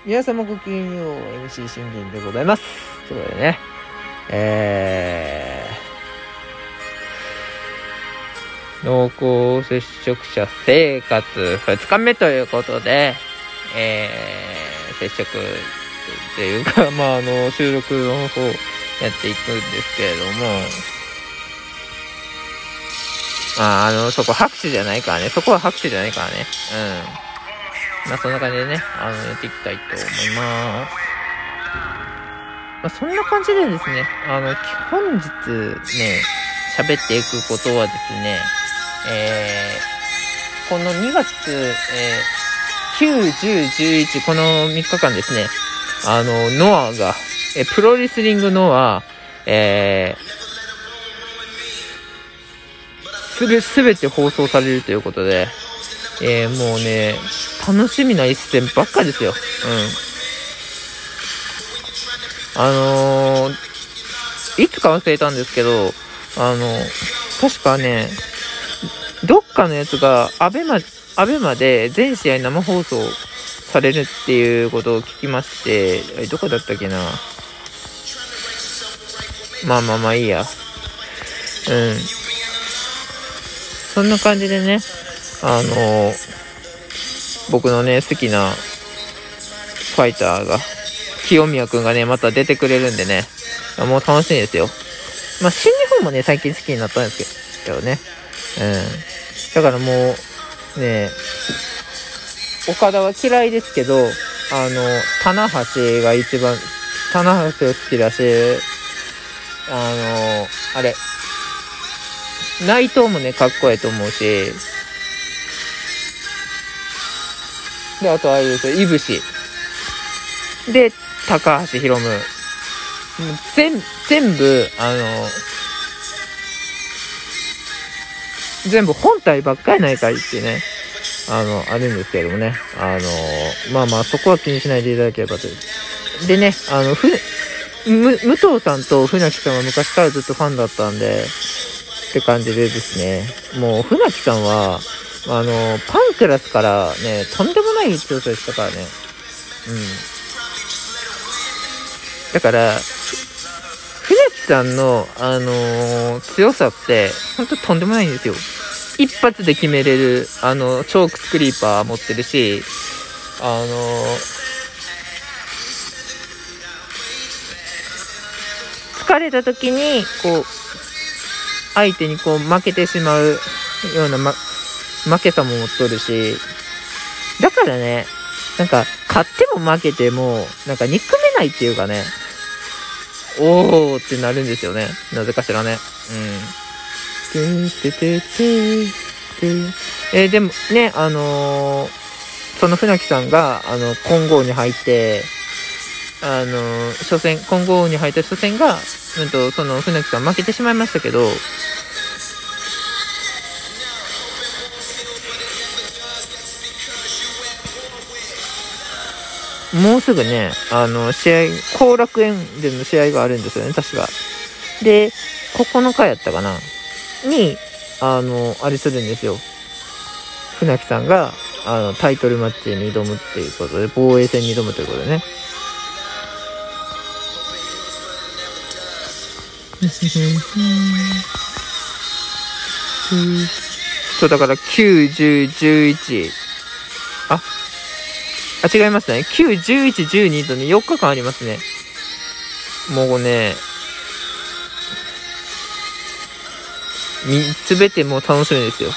皆様ごきげんよう。 MC 信玄でございます。ということでね、濃厚接触者生活2日目ということで、接触っていうか、収録の方やっていくんですけれども、そこ拍手じゃないからね。そこは拍手じゃないからね。そんな感じでね、やっていきたいと思います。そんな感じでですね、本日ね、喋っていくことはですね、この2月、9、10、11、この3日間ですね、ノアが、プロレスリングノア、すべて放送されるということで、もうね、楽しみな一戦ばっかですよ。いつか忘れたんですけど、確かね、どっかのやつがアベマで全試合生放送されるっていうことを聞きまして、どこだったっけな。まあいいや。そんな感じでね、僕のね、好きなファイターが、清宮くんがね、また出てくれるんでね、もう楽しいですよ。新日本もね、最近好きになったんですけどね。だからもう、ね、岡田は嫌いですけど、棚橋が一番、棚橋を好きだし、内藤もね、かっこいいと思うし、で、あとああいういぶし。で、高橋宏夢。全部、全部本体ばっかりないかいってね、あるんですけれどもね。そこは気にしないでいただければという。でね、武藤さんと船木さんは昔からずっとファンだったんで、って感じでですね、もう船木さんは、パンクラスからね、とんでもない強さでしたからね。だから、船木さんの、強さって、ほんととんでもないんですよ。一発で決めれる、チョークスクリーパー持ってるし、疲れた時に、相手に負けてしまうような、負けさも持っとるし、だからね、勝っても負けても、憎めないっていうかね、おーってなるんですよね。なぜかしらね。でもね、その船木さんが、混合に入って、混合に入った初戦が、その船木さん負けてしまいましたけど、もうすぐね、後楽園での試合があるんですよね、確か。で、9日やったかなに、あれするんですよ。船木さんが、タイトルマッチに挑むっていうことで、防衛戦に挑むということでね。そう、だから、9、10、11。違いますね。9、11、12とね、4日間ありますね。もうね、すべてもう楽しみですよ。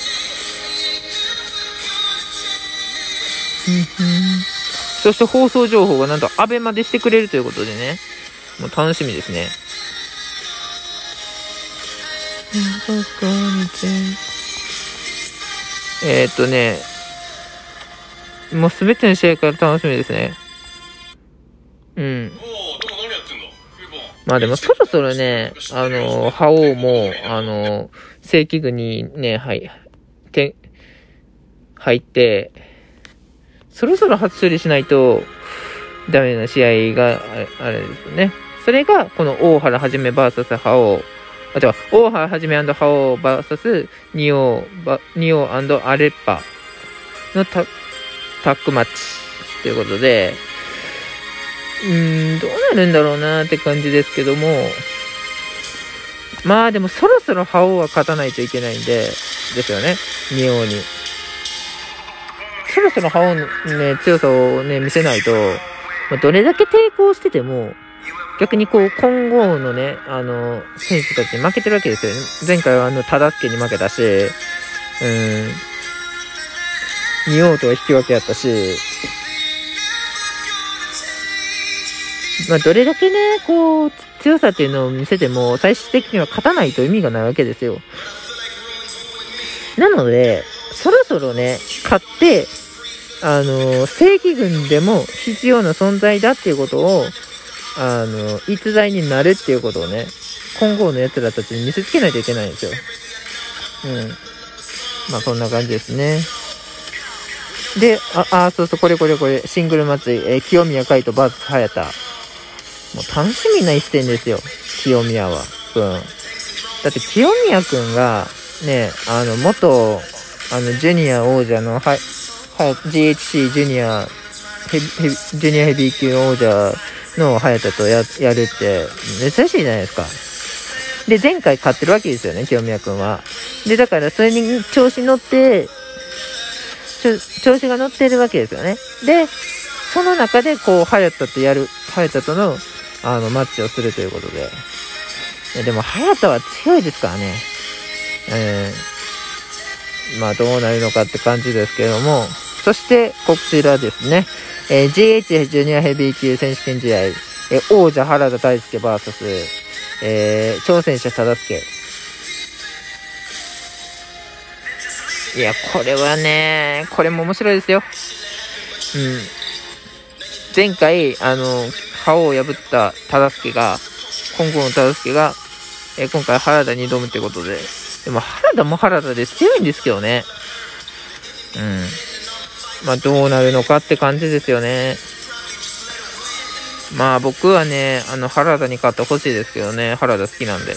そして放送情報がなんとアベマでしてくれるということでね、もう楽しみですね。もうすべての試合から楽しみですね。でもそろそろね、覇王も、正規軍にね、入って、そろそろ初処理しないと、ダメな試合があれですよね。それが、この大原はじめ VS 覇王。大原はじめ&覇王 VS ニオ&アレッパのタッグマッチということで、 どうなるんだろうなって感じですけども、まあでもそろそろ覇王は勝たないといけないんで、ですよね、仁王に。そろそろ覇王のね、強さをね、見せないと、どれだけ抵抗してても、逆にこう、今後のね、選手たちに負けてるわけですよね。前回は忠相に負けたし、仁王とは引き分けやったし、どれだけね、こう、強さっていうのを見せても、最終的には勝たないと意味がないわけですよ。なので、そろそろね、勝って、正規軍でも必要な存在だっていうことを、逸材になるっていうことをね、今後の奴らたちに見せつけないといけないんですよ。そんな感じですね。で、そうそう、これ、シングル祭り、清宮海斗 VS 早田。もう楽しみな一戦ですよ、清宮は。だって清宮くんが、ね、元、ジュニア王者の、GHC ジュニアヘビー級王者の早田とやるって珍しいじゃないですか。で、前回勝ってるわけですよね、清宮くんは。で、だからそれに調子が乗ってるわけですよね。で、その中でこう、早田との、マッチをするということで。でも、早田は強いですからね。どうなるのかって感じですけれども、そして、こちらですね。GH ジュニアヘビー級選手権試合、王者原田大輔 VS、挑戦者忠相。いや、これはね、これも面白いですよ。前回、覇王を破った忠相が、今後の忠相が、今回原田に挑むってことで、でも原田も原田で強いんですけどね。どうなるのかって感じですよね。僕はね、原田に勝ってほしいですけどね、原田好きなんで。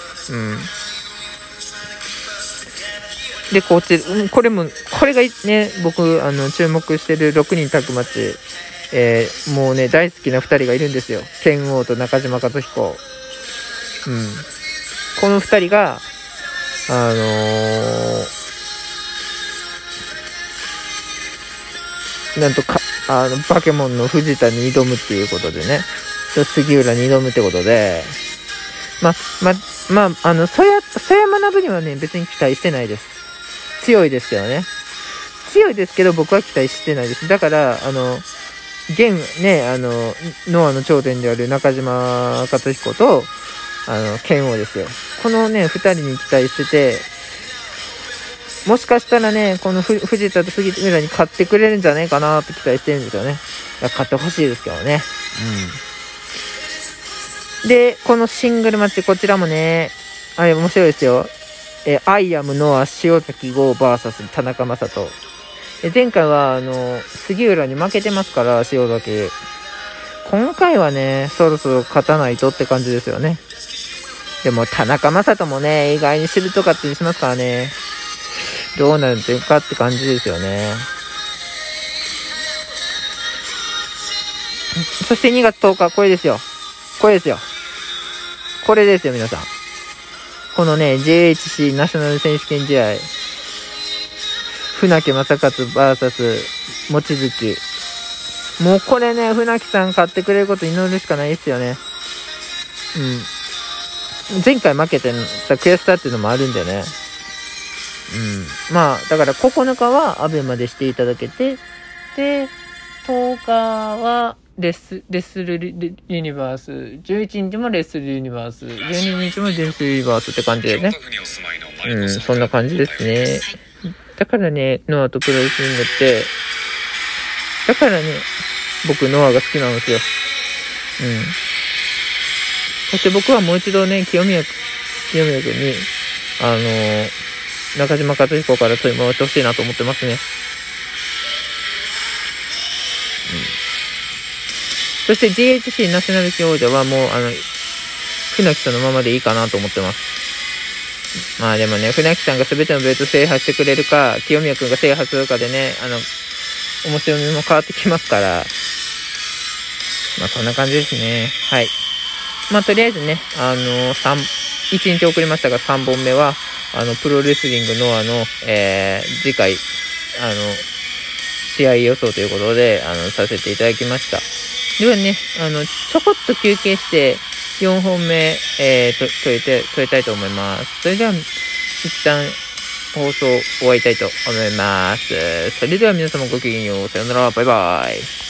で、これがね、僕、注目してる6人タッグマッチ、もうね、大好きな2人がいるんですよ。剣王と中島和彦。この2人が、なんとか、バケモンの藤田に挑むっていうことでね、杉浦に挑むってことで、曽山学にはね、別に期待してないです。強いですけどね。強いですけど、僕は期待してないです。だから、ノアの頂点である中島和彦と、剣王ですよ。このね、2人に期待してて、もしかしたらね、この藤田と杉浦に勝ってくれるんじゃないかなって期待してるんですよね。勝ってほしいですけどね。で、このシングルマッチ、こちらもね、面白いですよ。アイアムノア塩崎豪 VS 田中将人。前回は、杉浦に負けてますから、塩崎。今回はね、そろそろ勝たないとって感じですよね。でも、田中将人もね、意外にシルトカットにしますからね。どうなるかって感じですよね。そして2月10日、これですよ。これですよ、皆さん。このね、JHC ナショナル選手権試合。船木正勝 VS 望月。もうこれね、船木さん勝ってくれること祈るしかないですよね。前回負けてた悔しさっていうのもあるんでね。だから9日はアベマでしていただけて、で、10日はレスルユニバース、11日もレスルユニバース、12日もレスルユニバースって感じでね。そんな感じですね。だからね、ノアとプロレスリングって、だからね、僕ノアが好きなんですよ。そして僕はもう一度ね、清宮君に、中島和彦から問い回してほしいなと思ってますね。そして GHC ナショナル級王者はもう、船木さんのままでいいかなと思ってます。でもね、船木さんが全てのベルト制覇してくれるか、清宮くんが制覇するかでね、面白みも変わってきますから、 まあそんな感じですね。はい。まあとりあえずね、1日遅れましたが3本目は、プロレスリングノアの、次回、試合予想ということで、させていただきました。ではね、ちょこっと休憩して、4本目、撮りたいと思います。それでは、一旦、放送終わりたいと思います。それでは皆様ごきげんよう。さよなら。バイバイ。